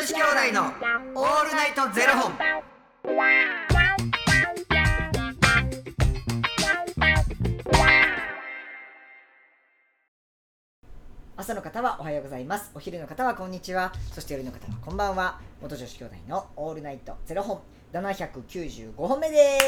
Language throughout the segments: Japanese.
子兄弟のオールナイトゼロ本。朝の方はおはようございます。お昼の方はこんにちは。そして夜の方はこんばんは。元女子兄弟のオールナイトゼロ本795本目です。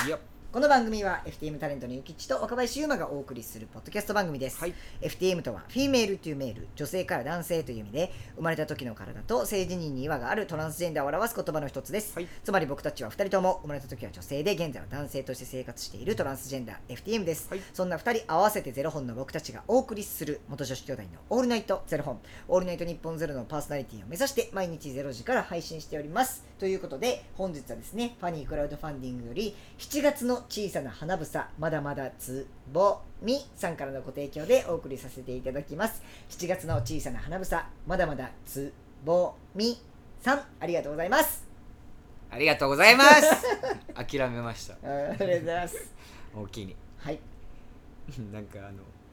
よっ。 この番組は FTM タレントのゆきちと若林優馬がお送りするポッドキャスト番組です、 はい、 FTM とはフィメールというメール、女性から男性という意味で、生まれた時の体と性自認に違和があるトランスジェンダーを表す言葉の一つです、 はい、 つまり僕たちは2人とも生まれた時は女性で現在は男性として生活しているトランスジェンダー FTM です、 はい、 そんな2人合わせてゼロ本の僕たちがお送りする元女子兄弟のオールナイトゼロ本、オールナイト日本ゼロのパーソナリティを目指して毎日0時から配信しております。ということで本日はですね、ファニークラウドファンディングより7月の小さな花房まだまだつぼみさんからのご提供でお送りさせていただきます。7月の小さな花房まだまだつぼみさん、ありがとうございます。 ありがとうございます諦めました。 ありがとうございます大きいに。 はいなんか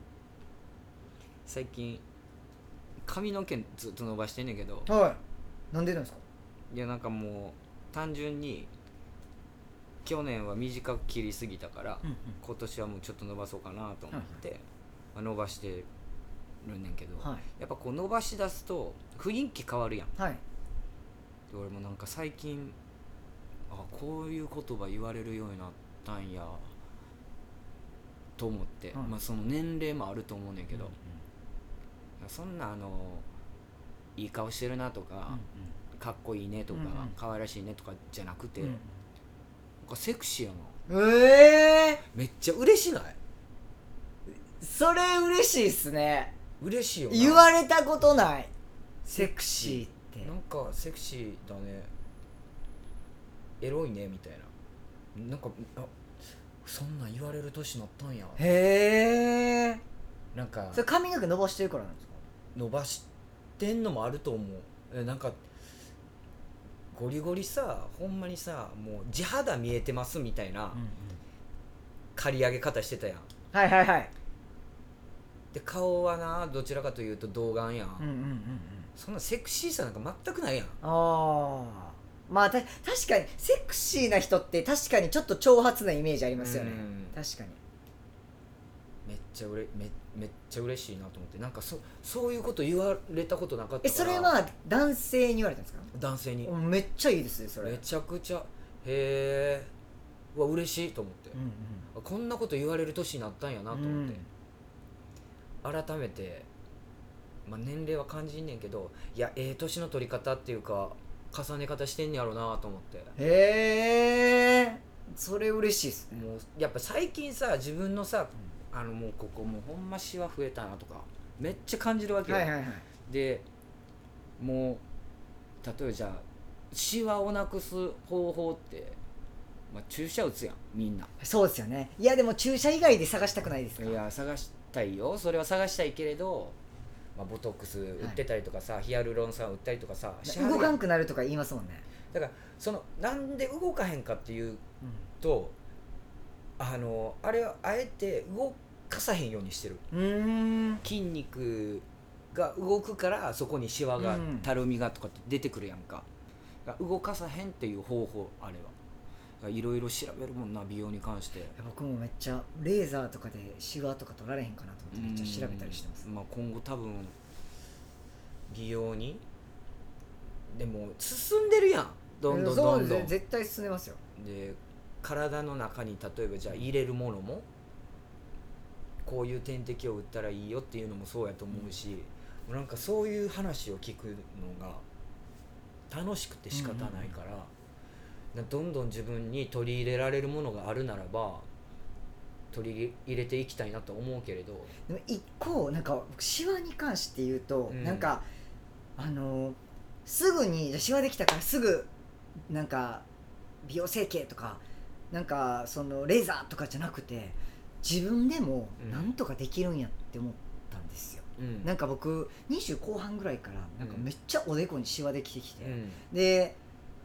最近髪の毛ずっと伸ばしてんねんけど、 はい、なんでなんですか？ いやなんかもう単純に去年は短く切りすぎたから、 うんうん、 今年はもうちょっと伸ばそうかなと思って、伸ばしてるねんけど、 はい、 やっぱこう伸ばし出すと雰囲気変わるやん、 はい、 で俺もなんか最近こういう言葉言われるようになったんやと思って、まあその年齢もあると思うねんけど、そんないい顔してるなとか、かっこいいねとか、可愛らしいねとかじゃなくて、なんかセクシーやな。めっちゃ嬉しない？ それ嬉しいっすね。 嬉しいよな。 言われたことない。セクシーってなんかセクシーだね、エロいねみたいな、なんかそんなん言われる年になったんや。 へえ。 なんかそれ髪の毛伸ばしてるからなんですか？ 伸ばしてんのもあると思う。なんかゴリゴリさ、ほんまにさ、もう地肌見えてますみたいな刈り上げ方してたやん。 はいはいはい。で顔はな、どちらかというと童顔やん、そんなセクシーさなんか全くないやん。 まあ確かにセクシーな人って確かにちょっと長髪なイメージありますよね。確かにめっちゃ嬉しいなと思って。なんかそういうこと言われたことなかったから。 それは男性に言われたんですか？ 男性に。 めっちゃいいですねそれ。 めちゃくちゃへえ、うわ嬉しいと思って、こんなこと言われる年になったんやなと思って、改めて、まあ、年齢は感じんねんけど、いや年の取り方っていうか重ね方してんねやろなと思って。 へえ、それ嬉しいっすね。 もうやっぱ最近さ、自分のさ、もうここもうほんまシワ増えたなとかめっちゃ感じるわけよ、でもう例えばじゃあシワをなくす方法って、まあ、注射打つやんみんな。 そうですよね。いやでも注射以外で探したくないですか？ いや探したいよ、それは探したいけれど、まあ、ボトックス打ってたりとかさ、ヒアルロン酸打ったりとかさ、 動かんくなるとか言いますもんね。 だからなんで動かへんかっていうと、あれはあえて動かさへんようにしてる。筋肉が動くからそこにシワが、たるみがとかって出てくるやんか。動かさへんっていう方法、あれはいろいろ調べるもんな、美容に関して。 僕もめっちゃレーザーとかでシワとか取られへんかなと思ってめっちゃ調べたりしてます。 まあ、今後多分美容にでも進んでるやん、どんどんどんどん。 絶対進んでますよ。 で体の中に例えばじゃあ入れるものもこういう点滴を打ったらいいよっていうのもそうやと思うし、なんかそういう話を聞くのが楽しくて仕方ないから、どんどん自分に取り入れられるものがあるならば取り入れていきたいなと思うけれど。 でも一個なんかシワに関して言うと、なんかすぐにシワできたからすぐなんか美容整形とかなんかそのレーザーとかじゃなくて、自分でもなんとかできるんやって思ったんですよ。なんか僕20後半ぐらいからなんかめっちゃおでこにシワできてきて、で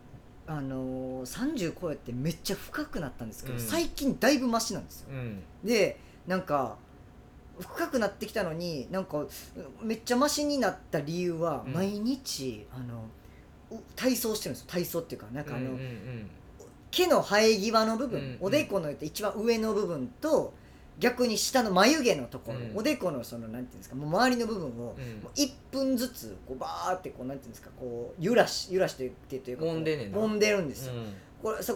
30超えてめっちゃ深くなったんですけど、最近だいぶマシなんですよ。でなんか深くなってきたのになんかめっちゃマシになった理由は、 うん毎日体操してるんですよ。体操っていうかなんかうんうんうん毛の生え際の部分、 うんおでこの一番上の部分と逆に下の眉毛のところ、 うんおでこのそのなんていうんですか、もう周りの部分をうんもう1分ずつこうバーってこうなんていうんですか、こう揺らしてというか揉んでんねんな揉んでるんですよ、 うんこれ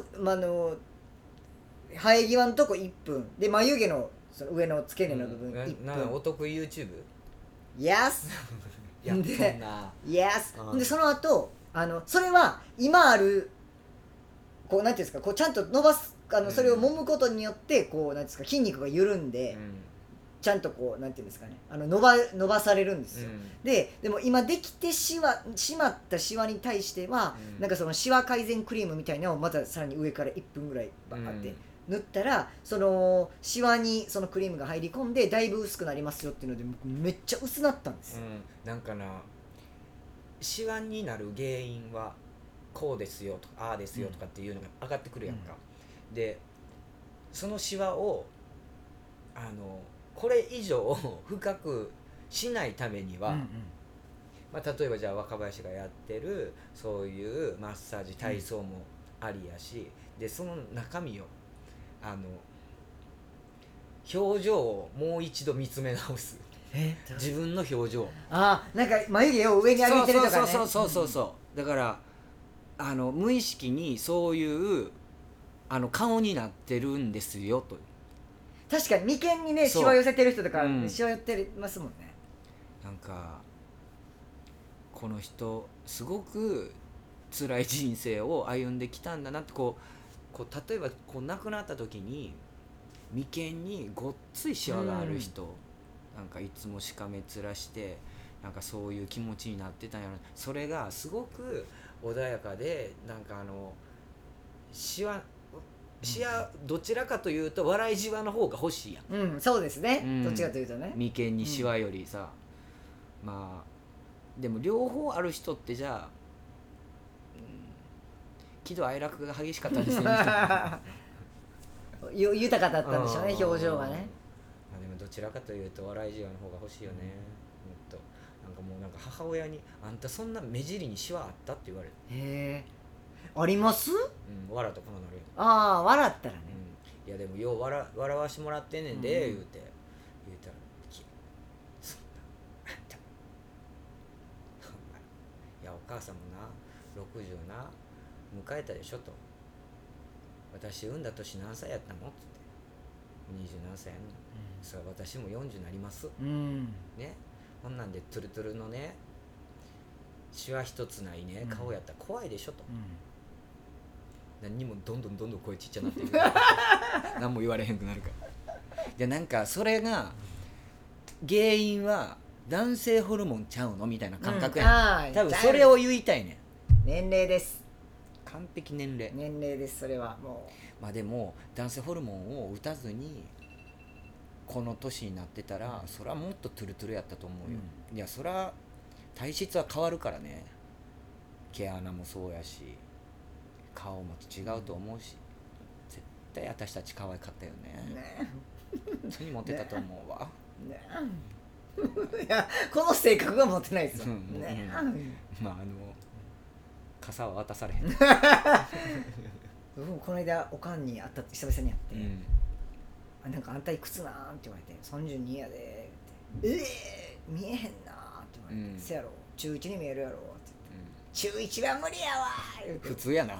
生え際のとこ1分で眉毛のその上の付け根の部分1分、 お得意 YouTube? イエスやっとんなイエスうんでその後それは今あるこうなんていうんですか、こうちゃんと伸ばすそれを揉むことによってこうなんていうんですか、筋肉が緩んで、ちゃんとこうなんていうんですかね、伸ばされるんですよ、でも今できてしまったシワに対しては、なんかそのシワ改善クリームみたいなのをまたさらに上から1分ぐらいバーって塗ったら、そのシワにそのクリームが入り込んでだいぶ薄くなりますよっていうのでめっちゃ薄なったんですよ、 なんかなシワになる原因はこうですよとかああですよとかっていうのが上がってくるやんか、でそのシワをこれ以上深くしないためには、まあ、例えばじゃあ若林がやってるそういうマッサージ体操もありやし、でその中身を表情をもう一度見つめ直す自分の表情、 なんか眉毛を上に上げてるとかね、 そうだから無意識にそういう顔になってるんですよと。 確かに眉間にねそうシワ寄せてる人とか、 うんシワ寄ってますもんね。 なんかこの人すごく辛い人生を歩んできたんだなってこう例えばこう亡くなった時に眉間にごっついシワがある人、なんかいつもしかめ面してなんかそういう気持ちになってたんやろ。それがすごく穏やかで、なんかシワどちらかというと笑いじわの方が欲しいやん、 そうですね、 うんどっちかというとね。 眉間にシワよりさ、まあでも両方ある人ってじゃあ、喜怒哀楽が激しかったんですね豊かだったんでしょうね、表情がね。 まあでもどちらかというと笑いじわの方が欲しいよね、もっとなんかもうなんか母親に「あんたそんな目尻にシワあった?」って言われる。 へえ、あります？ 笑うとこうなるよ、 笑ったらね、 いやでもよう笑わしてもらってんねんで、言うたらそんなあんたほんまいやお母さんもな60な迎えたでしょと、私産んだ年何歳やったのって言って20何歳やんの、それは私も40になりますね、ほんなんでトゥルトゥルのねシワ一つないね顔やったら怖いでしょと、何にもどんどん声ちっちゃなっていく何も言われへんくなるからでなんかそれが原因は男性ホルモンちゃうのみたいな感覚やん、多分それを言いたいねん。 年齢です、 完璧年齢です。それはもまあでも男性ホルモンを打たずにこの年になってたら、それはもっとトゥルトゥルやったと思うよ、いやそれは体質は変わるからね、毛穴もそうやし顔も違うと思うし、絶対私たち可愛かったよね。本当にモテたと思うわ。 いやこの性格がモテないですよ。 まあ傘は渡されへん。 僕もこの間おかんに会ったって久々に会って、なんかあんたいくつなんって言われて32やでって、見えへんなって言われて、せやろ中1に見えるやろって言って、中1は無理やわ言うて、 普通やな。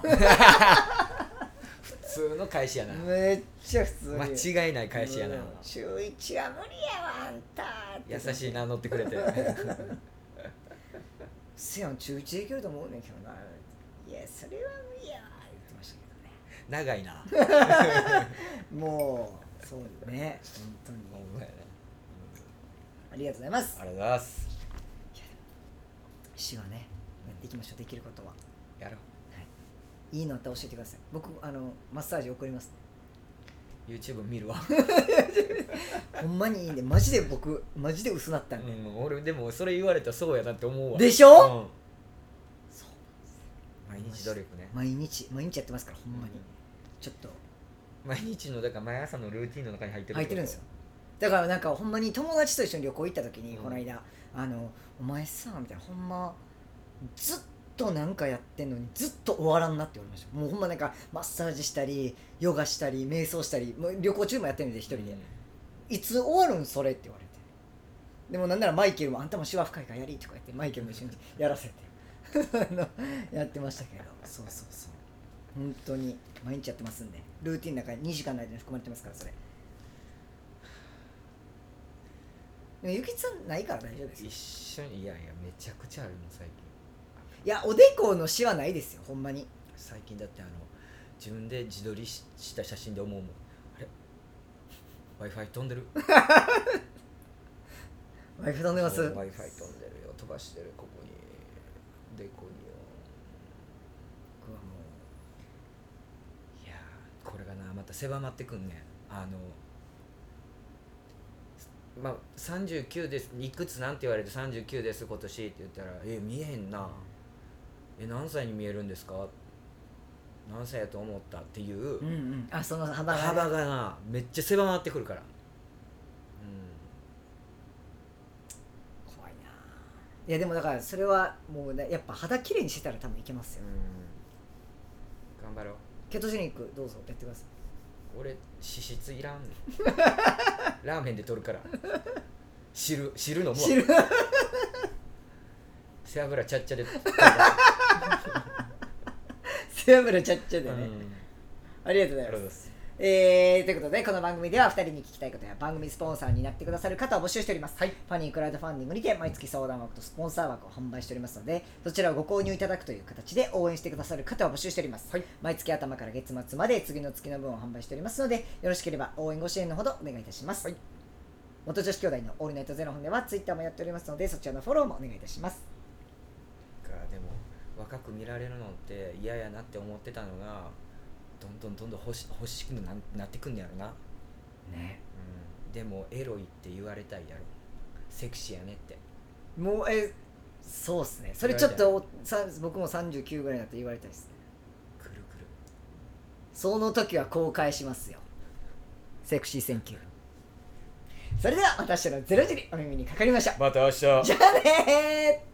普通の返しやな。 めっちゃ普通に間違いない返しやな。 中1は無理やわあんたって優しいな乗ってくれて。 せやん中1でいけると思うねんけどな、いやそれは無理やわ言ってました長いな。 けどね。もうそうね、本当にありがとうございます。 ありがとうございます。 死はね、やっていきましょう。できることはやろう。 いいのあったら教えてください。僕マッサージ送ります。 YouTube 見るわ。 ほんまにいいんで、マジで僕マジで薄なったんで、 俺でもそれ言われたらそうやなって思うわ。 でしょ、 そう毎日努力ね。 毎日やってますから、ほんまにちょっと毎日のだから毎朝のルーティンの中に入ってるんですよ。 だからなんかほんまに友達と一緒に旅行行った時にこの間、お前さみたいな、ほんまずっとなんかやってんのにずっと終わらんなって言われました。もうほんまなんかマッサージしたりヨガしたり瞑想したり、もう旅行中もやってるんで一人で、いつ終わるんそれって言われて、でもなんならマイケルもあんたも手話深いからやりとか言ってマイケルも一緒にやらせてやってましたけど、そうそうそう、本当に毎日やってますんで、ルーティンの中に2時間の間に含まれてますから。それでもゆきつさんないから大丈夫ですよ。 一緒に、いやいやめちゃくちゃあるの最近。 いやおでこのシワないですよほんまに。 最近だって自分で自撮りした写真で思うもん、あれ Wi-Fi 飛んでる Wi-Fi 飛んでます。 Wi-Fi 飛んでるよ、飛ばしてる、ここにでこによ。 僕はもいやーこれがなまた狭まってくんねん。まあ39です、いくつなんて言われて39です今年って言ったら見えへんな、何歳に見えるんですか、何歳やと思ったっていう、 あその幅がなめっちゃ狭まってくるから、 怖いな。いやでもだからそれはもう、ね、やっぱ肌きれいにしてたら多分いけますよ。 頑張ろう。 ケトジェニックどうぞやってください。 俺脂質いらんラーメンで取るから汁飲むわ。背脂ちゃっちゃで背脂ちゃっちゃでね、ありがとうございます。ということでこの番組では2人に聞きたいことや番組スポンサーになってくださる方を募集しております。ファニークラウドファンディングにて毎月相談枠とスポンサー枠を販売しておりますので、そちらをご購入いただくという形で応援してくださる方を募集しております。毎月頭から月末まで次の月の分を販売しておりますので、よろしければ応援ご支援のほどお願いいたします。元女子兄弟のオールナイトゼロ本ではツイッターもやっておりますので、そちらのフォローもお願いいたします。 でも若く見られるのって嫌やなって思ってたのがどんどん欲しくなってくんねやろなね、でもエロいって言われたいやろ、セクシーやねって。 もうそうっすね。それちょっと僕も39ぐらいになって言われたいですね。 くるくる。 その時は公開しますよ、セクシーセンキュー。それでは私の0時にお耳にかかりましょう。 また明日。 じゃあねー。